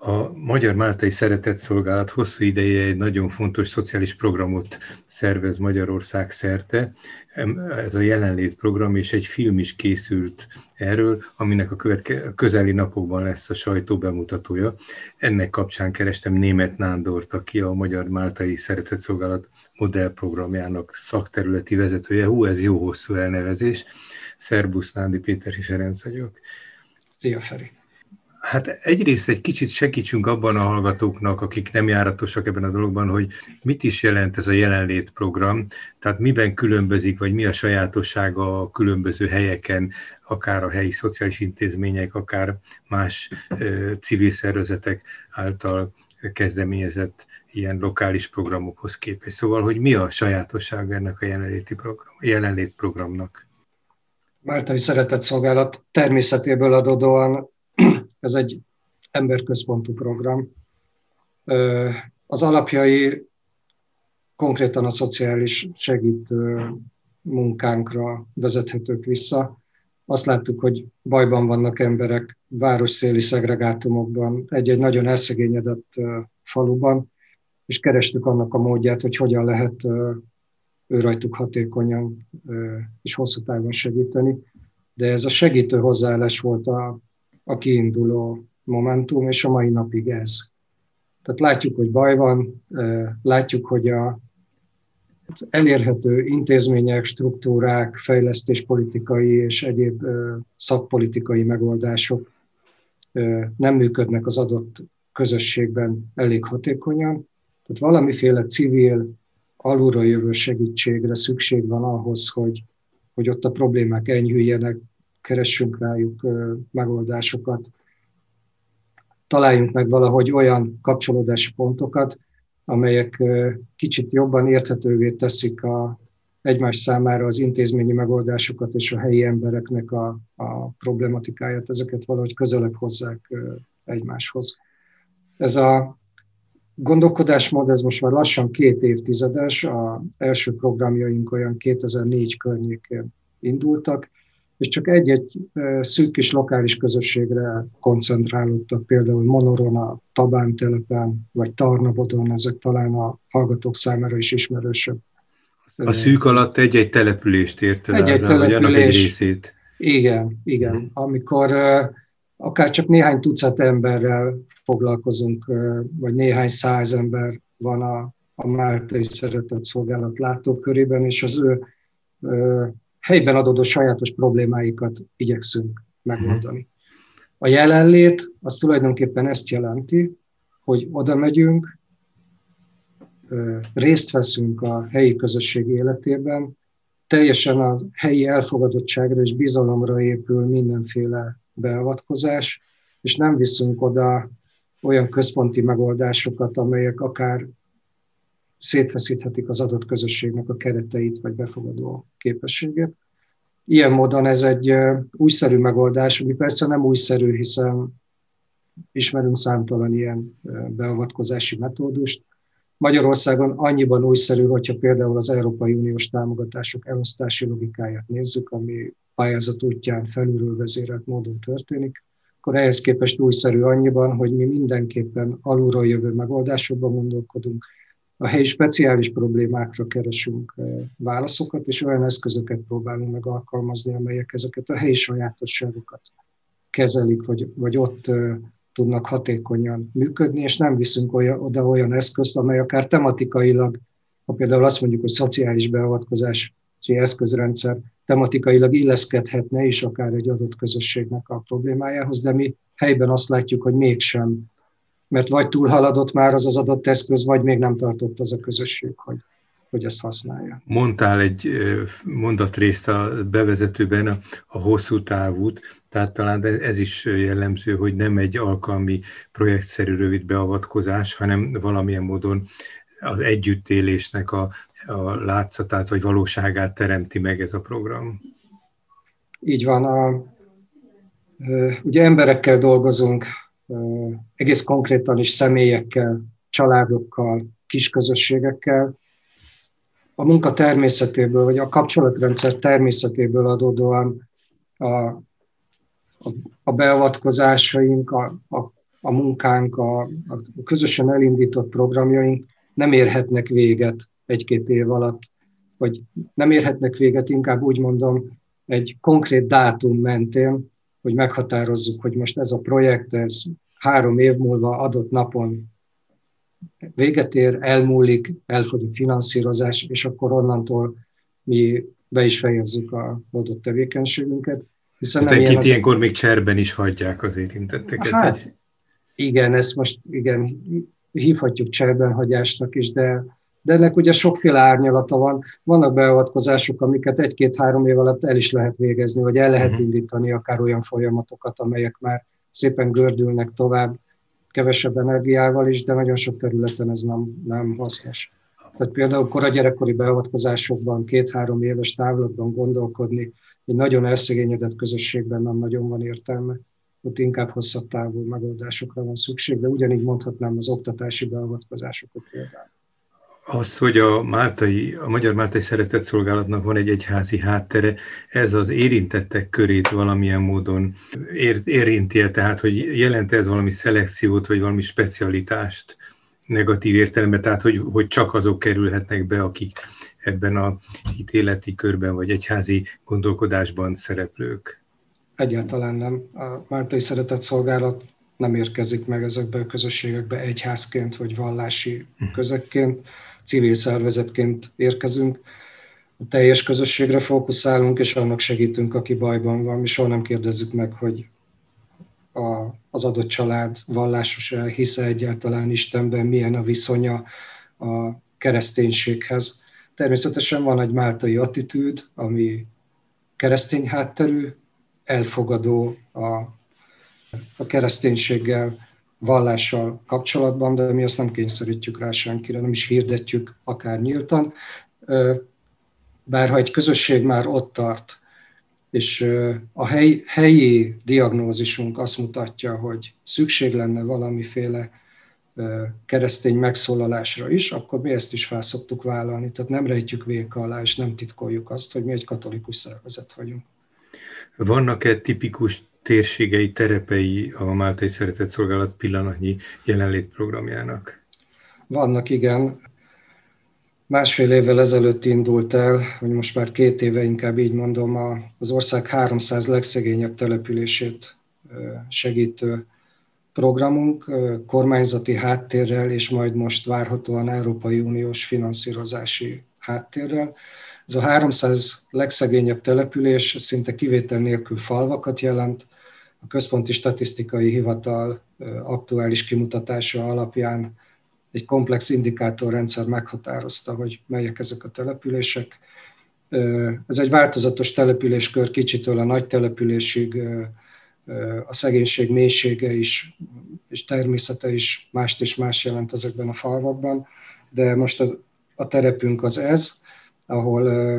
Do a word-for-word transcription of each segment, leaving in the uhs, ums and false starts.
A Magyar Máltai Szeretetszolgálat hosszú ideje egy nagyon fontos szociális programot szervez Magyarország szerte. Ez a Jelenlét program, és egy film is készült erről, aminek a követke- közeli napokban lesz a sajtó bemutatója. Ennek kapcsán kerestem Németh Nándort, aki a Magyar Máltai Szeretetszolgálat modellprogramjának szakterületi vezetője. Hú, ez jó hosszú elnevezés. Szerbusz, Nándi Péter Ferenc vagyok. Szia, Feri! Hát egyrészt egy kicsit segítsünk abban a hallgatóknak, akik nem járatosak ebben a dologban, hogy mit is jelent ez a Jelenlét program, tehát miben különbözik, vagy mi a sajátossága a különböző helyeken, akár a helyi szociális intézmények, akár más ö, civil szervezetek által kezdeményezett ilyen lokális programokhoz képest. Szóval, hogy mi a sajátossága ennek a jelenléti program, Jelenlét programnak? Máltai Szeretetszolgálat természetéből adódóan ez egy emberközpontú program. Az alapjai konkrétan a szociális segítő munkánkra vezethetők vissza. Azt láttuk, hogy bajban vannak emberek városszéli szegregátumokban, egy-egy nagyon elszegényedett faluban, és kerestük annak a módját, hogy hogyan lehet ő rajtuk hatékonyan és hosszú távon segíteni. De ez a segítő hozzáállás volt a a kiinduló momentum, és a mai napig ez. Tehát látjuk, hogy baj van, látjuk, hogy a elérhető intézmények, struktúrák, fejlesztéspolitikai és egyéb szakpolitikai megoldások nem működnek az adott közösségben elég hatékonyan. Tehát valamiféle civil, alulról jövő segítségre szükség van ahhoz, hogy, hogy ott a problémák enyhüljenek, keressünk rájuk megoldásokat, találjunk meg valahogy olyan kapcsolódási pontokat, amelyek kicsit jobban érthetővé teszik a, egymás számára az intézményi megoldásokat és a helyi embereknek a, a problematikáját, ezeket valahogy közelebb hozzák egymáshoz. Ez a gondolkodásmód, ez most már lassan két évtizedes, az első programjaink olyan kétezer-négy környékén indultak, és csak egy-egy szűk kis lokális közösségre koncentrálódtak, például Monoron, a Tabán telepen, vagy Tarnabodon, ezek talán a hallgatók számára is ismerősebb. A szűk alatt egy-egy települést érted egy-egy el, település, vagy annak egy részét. Igen, igen. Hmm. Amikor akár csak néhány tucat emberrel foglalkozunk, vagy néhány száz ember van a, a Máltai Szeretetszolgálat látókörében, és az ő helyben adódó sajátos problémáikat igyekszünk megoldani. A jelenlét az tulajdonképpen ezt jelenti, hogy oda megyünk, részt veszünk a helyi közösség életében, teljesen a helyi elfogadottságra és bizalomra épül mindenféle beavatkozás, és nem viszünk oda olyan központi megoldásokat, amelyek akár szétfeszíthetik az adott közösségnek a kereteit vagy befogadó képességét. Ilyen módon ez egy újszerű megoldás, ami persze nem újszerű, hiszen ismerünk számtalan ilyen beavatkozási metódust. Magyarországon annyiban újszerű, hogyha például az Európai Uniós támogatások elosztási logikáját nézzük, ami pályázat útján felülről vezérelt módon történik, akkor ehhez képest újszerű annyiban, hogy mi mindenképpen alulról jövő megoldásokban gondolkodunk, a helyi speciális problémákra keresünk válaszokat, és olyan eszközöket próbálunk meg alkalmazni, amelyek ezeket a helyi sajátosságokat kezelik, vagy, vagy ott tudnak hatékonyan működni, és nem viszünk olyan, oda olyan eszközt, amely akár tematikailag, ha például azt mondjuk, hogy szociális beavatkozási eszközrendszer tematikailag illeszkedhetne is akár egy adott közösségnek a problémájához, de mi helyben azt látjuk, hogy mégsem, mert vagy túlhaladott már az az adott eszköz, vagy még nem tartott az a közösség, hogy, hogy ezt használja. Mondtál egy mondatrészt a bevezetőben, a, a hosszú távút, tehát talán ez is jellemző, hogy nem egy alkalmi projektszerű rövid beavatkozás, hanem valamilyen módon az együttélésnek a, a látszatát vagy valóságát teremti meg ez a program. Így van. A, ugye emberekkel dolgozunk, egész konkrétan is személyekkel, családokkal, kisközösségekkel. A munka természetéből, vagy a kapcsolatrendszer természetéből adódóan a, a, a beavatkozásaink, a, a, a munkánk, a, a közösen elindított programjaink nem érhetnek véget egy-két év alatt, vagy nem érhetnek véget, inkább úgy mondom, egy konkrét dátum mentén, hogy meghatározzuk, hogy most ez a projekt, ez három év múlva adott napon véget ér, elmúlik, elfogy a finanszírozás, és akkor onnantól mi be is fejezzük a adott tevékenységünket. Hiszen nem ilyen az ilyenkor a... még cserben is hagyják az érintetteket. Hát igen, ezt most igen, hívhatjuk cserben hagyásnak is, de, de ennek ugye sokféle árnyalata van. Vannak beavatkozások, amiket egy-két-három év alatt el is lehet végezni, vagy el lehet indítani akár olyan folyamatokat, amelyek már szépen gördülnek tovább, kevesebb energiával is, de nagyon sok területen ez nem, nem hasznos. Tehát például kora gyerekkori beavatkozásokban, két-három éves távlatban gondolkodni, egy nagyon elszegényedett közösségben nem nagyon van értelme. Ott inkább hosszabb távú megoldásokra van szükség, de ugyanígy mondhatnám az oktatási beavatkozásokat például. Azt, hogy a, Máltai, a Magyar Máltai Szeretetszolgálatnak van egy egyházi háttere, ez az érintettek körét valamilyen módon ér, érinti-e, tehát hogy jelent ez valami szelekciót, vagy valami specialitást negatív értelemben, tehát hogy, hogy csak azok kerülhetnek be, akik ebben a hitéleti körben, vagy egyházi gondolkodásban szereplők? Egyáltalán nem. A Máltai Szeretetszolgálat nem érkezik meg ezekbe a közösségekbe egyházként, vagy vallási közekként, civil szervezetként érkezünk. A teljes közösségre fókuszálunk, és annak segítünk, aki bajban van. Mi soha nem kérdezzük meg, hogy a, az adott család vallásos-e, hisz egyáltalán Istenben, milyen a viszonya a kereszténységhez. Természetesen van egy máltai attitűd, ami keresztény hátterű, elfogadó a, a kereszténységgel, vallással kapcsolatban, de mi azt nem kényszerítjük rá senkire, nem is hirdetjük akár nyíltan. Bár ha egy közösség már ott tart, és a hely, helyi diagnózisunk azt mutatja, hogy szükség lenne valamiféle keresztény megszólalásra is, akkor mi ezt is fel szoktuk vállalni. Tehát nem rejtjük véka alá, és nem titkoljuk azt, hogy mi egy katolikus szervezet vagyunk. Vannak-e tipikus térségei, terepei a Máltai Szeretetszolgálat pillanatnyi jelenlét programjának? Vannak, igen. Másfél évvel ezelőtt indult el, hogy most már két éve inkább így mondom, az ország háromszáz legszegényebb települését segítő programunk, kormányzati háttérrel, és majd most várhatóan Európai Uniós finanszírozási háttérrel. Ez a háromszáz legszegényebb település szinte kivétel nélkül falvakat jelent. A Központi Statisztikai Hivatal aktuális kimutatása alapján egy komplex indikátorrendszer meghatározta, hogy melyek ezek a települések. Ez egy változatos településkör, kicsitől a nagy településig, a szegénység mélysége is, és természete is mást és más jelent ezekben a falvakban, de most a, a terepünk az ez, ahol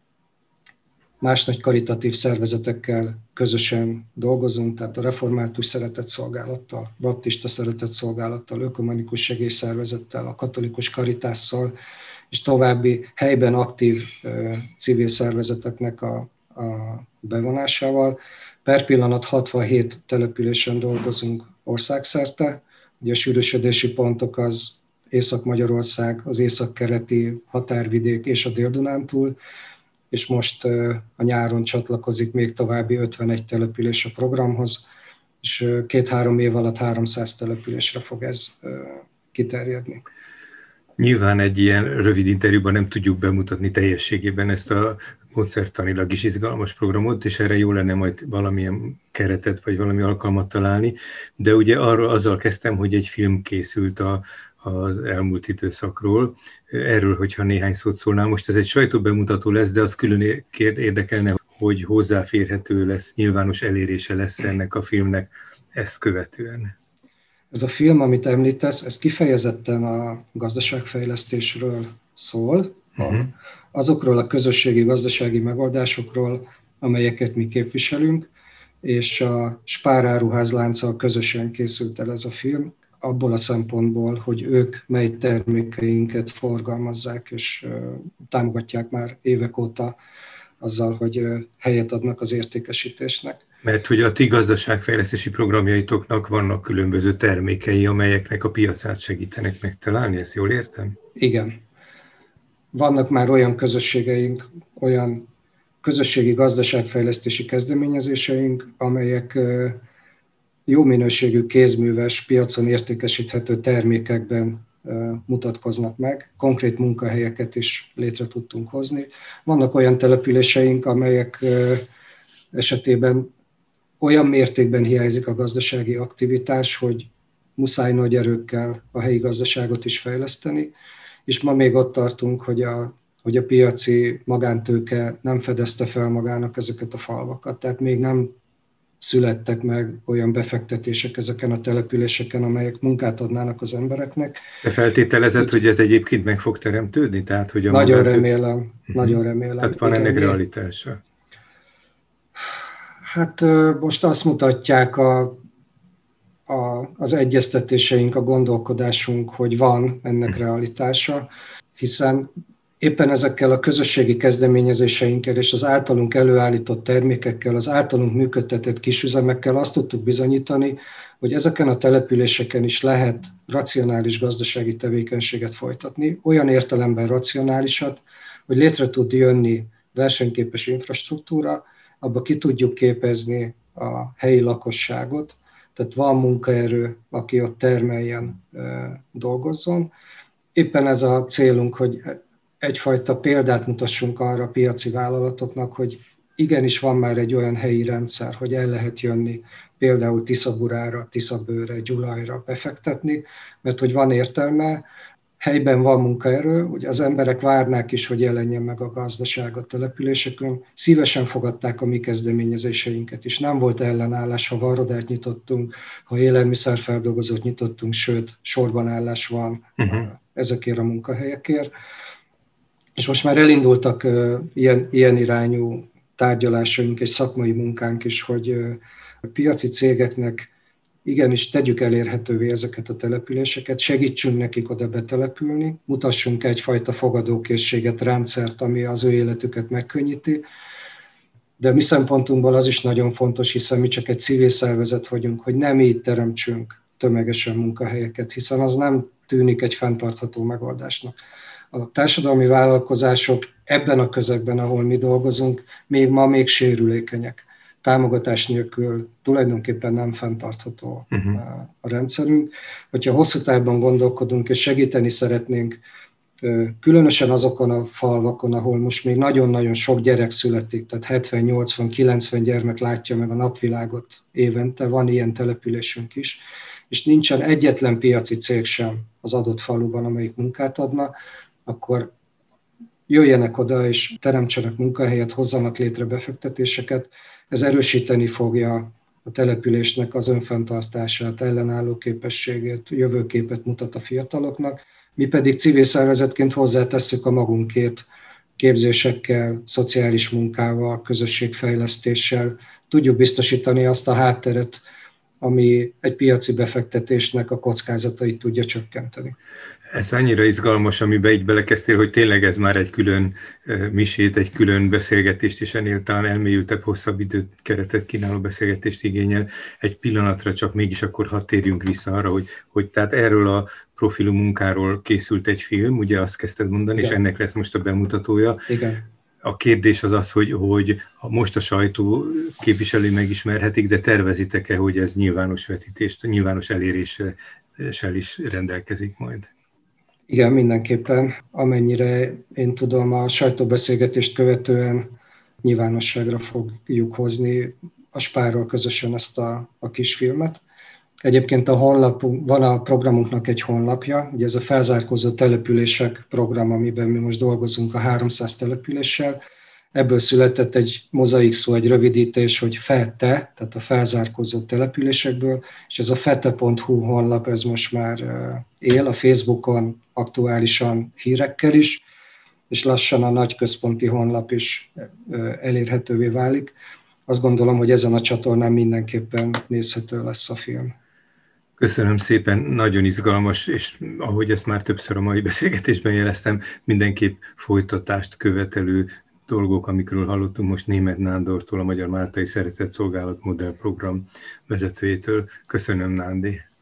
más nagy karitatív szervezetekkel közösen dolgozunk, tehát a Református Szeretetszolgálattal, Baptista Szeretetszolgálattal, Ökumenikus Segélyszervezettel, a Katolikus Karitásszal, és további helyben aktív civil szervezeteknek a, a bevonásával. Per pillanat hatvanhét településen dolgozunk országszerte. Ugye a sűrűsödési pontok az Észak-Magyarország, az északkeleti határvidék és a Dél-Dunántúl, és most a nyáron csatlakozik még további ötvenegy település a programhoz, és két-három év alatt háromszáz településre fog ez kiterjedni. Nyilván egy ilyen rövid interjúban nem tudjuk bemutatni teljességében ezt a módszertanilag is izgalmas programot, és erre jó lenne majd valamilyen keretet, vagy valami alkalmat találni, de ugye arról azzal kezdtem, hogy egy film készült a, az elmúlt időszakról. Erről, hogyha néhány szót szólnál, most ez egy sajtóbemutató lesz, de az külön érdekelne, hogy hozzáférhető lesz, nyilvános elérése lesz ennek a filmnek ezt követően. Ez a film, amit említesz, ez kifejezetten a gazdaságfejlesztésről szól, uh-huh. azokról a közösségi gazdasági megoldásokról, amelyeket mi képviselünk, és a Spár áruházlánccal közösen készült el ez a film, abból a szempontból, hogy ők mely termékeinket forgalmazzák, és támogatják már évek óta azzal, hogy helyet adnak az értékesítésnek. Mert hogy a ti gazdaságfejlesztési programjaitoknak vannak különböző termékei, amelyeknek a piacát segítenek megtalálni, ezt jól értem? Igen. Vannak már olyan közösségeink, olyan közösségi gazdaságfejlesztési kezdeményezéseink, amelyek jó minőségű kézműves, piacon értékesíthető termékekben mutatkoznak meg. Konkrét munkahelyeket is létre tudtunk hozni. Vannak olyan településeink, amelyek esetében olyan mértékben hiányzik a gazdasági aktivitás, hogy muszáj nagy erőkkel a helyi gazdaságot is fejleszteni, és ma még ott tartunk, hogy a, hogy a piaci magántőke nem fedezte fel magának ezeket a falvakat. Tehát még nem születtek meg olyan befektetések ezeken a településeken, amelyek munkát adnának az embereknek. De feltételezed, hogy ez egyébként meg fog teremtődni? Tehát, hogy a nagyon magántők... remélem, uh-huh. nagyon remélem. Tehát van igen, ennek realitása? Hát most azt mutatják a, a, az egyeztetéseink, a gondolkodásunk, hogy van ennek realitása, hiszen éppen ezekkel a közösségi kezdeményezéseinkkel és az általunk előállított termékekkel, az általunk működtetett kisüzemekkel azt tudtuk bizonyítani, hogy ezeken a településeken is lehet racionális gazdasági tevékenységet folytatni, olyan értelemben racionálisat, hogy létre tud jönni versenyképes infrastruktúra, abba ki tudjuk képezni a helyi lakosságot, tehát van munkaerő, aki ott termeljen, dolgozzon. Éppen ez a célunk, hogy egyfajta példát mutassunk arra a piaci vállalatoknak, hogy igenis van már egy olyan helyi rendszer, hogy el lehet jönni például Tiszaburára, Tiszabőre, Gyulajra befektetni, mert hogy van értelme, helyben van munkaerő, hogy az emberek várnák is, hogy jelenjen meg a gazdaság a településeken, szívesen fogadták a mi kezdeményezéseinket is. Nem volt ellenállás, ha varrodát nyitottunk, ha élelmiszerfeldolgozót nyitottunk, sőt, sorban állás van uh-huh. ezekért a munkahelyekért. És most már elindultak uh, ilyen, ilyen irányú tárgyalásaink és szakmai munkánk is, hogy uh, a piaci cégeknek igenis tegyük elérhetővé ezeket a településeket, segítsünk nekik oda betelepülni, mutassunk egyfajta fogadókészséget, rendszert, ami az ő életüket megkönnyíti. De mi szempontunkból az is nagyon fontos, hiszen mi csak egy civil szervezet vagyunk, hogy nem így teremtsünk tömegesen munkahelyeket, hiszen az nem tűnik egy fenntartható megoldásnak. A társadalmi vállalkozások ebben a közegben, ahol mi dolgozunk, még ma még sérülékenyek. Támogatás nélkül tulajdonképpen nem fenntartható uh-huh. a rendszerünk. Hogyha hosszú távban gondolkodunk és segíteni szeretnénk, különösen azokon a falvakon, ahol most még nagyon-nagyon sok gyerek születik, tehát hetven, nyolcvan, kilencven gyermek látja meg a napvilágot évente, van ilyen településünk is, és nincsen egyetlen piaci cég sem az adott faluban, amelyik munkát adna, akkor jöjjenek oda és teremtsenek munkahelyet, hozzanak létre befektetéseket. Ez erősíteni fogja a településnek az önfenntartását, ellenálló képességét, jövőképet mutat a fiataloknak. Mi pedig civil szervezetként hozzátesszük a magunkét, képzésekkel, szociális munkával, közösségfejlesztéssel. Tudjuk biztosítani azt a hátteret, ami egy piaci befektetésnek a kockázatait tudja csökkenteni. Ez annyira izgalmas, amiben így belekezdtél, hogy tényleg ez már egy külön misét, egy külön beszélgetést, és ennél talán elmélyültebb, hosszabb időt keretet kínáló beszélgetést igényel. Egy pillanatra csak mégis akkor hadd térjünk vissza arra, hogy, hogy tehát erről a profilú munkáról készült egy film, ugye azt kezdted mondani, igen. És ennek lesz most a bemutatója. Igen. A kérdés az az, hogy, hogy most a sajtó képviselői megismerhetik, de tervezitek-e, hogy ez nyilvános vetítést, nyilvános eléréssel is rendelkezik majd? Igen, mindenképpen. Amennyire én tudom, a sajtóbeszélgetést követően nyilvánosságra fogjuk hozni a Spárral közösen ezt a, a kisfilmet. Egyébként a honlap, van a programunknak egy honlapja, ugye ez a felzárkózó települések program, amiben mi most dolgozunk a háromszáz településsel. Ebből született egy mozaik szó, egy rövidítés, hogy FETE, tehát a felzárkózó településekből, és ez a fete pont hu honlap, ez most már él a Facebookon, aktuálisan hírekkel is, és lassan a nagy központi honlap is elérhetővé válik. Azt gondolom, hogy ezen a csatornán mindenképpen nézhető lesz a film. Köszönöm szépen, nagyon izgalmas, és ahogy ezt már többször a mai beszélgetésben jeleztem, mindenképp folytatást követelő dolgok, amikről hallottunk most Németh Nándortól, a Magyar Máltai Szeretett Szolgálat Modellprogram vezetőjétől. Köszönöm, Nándi!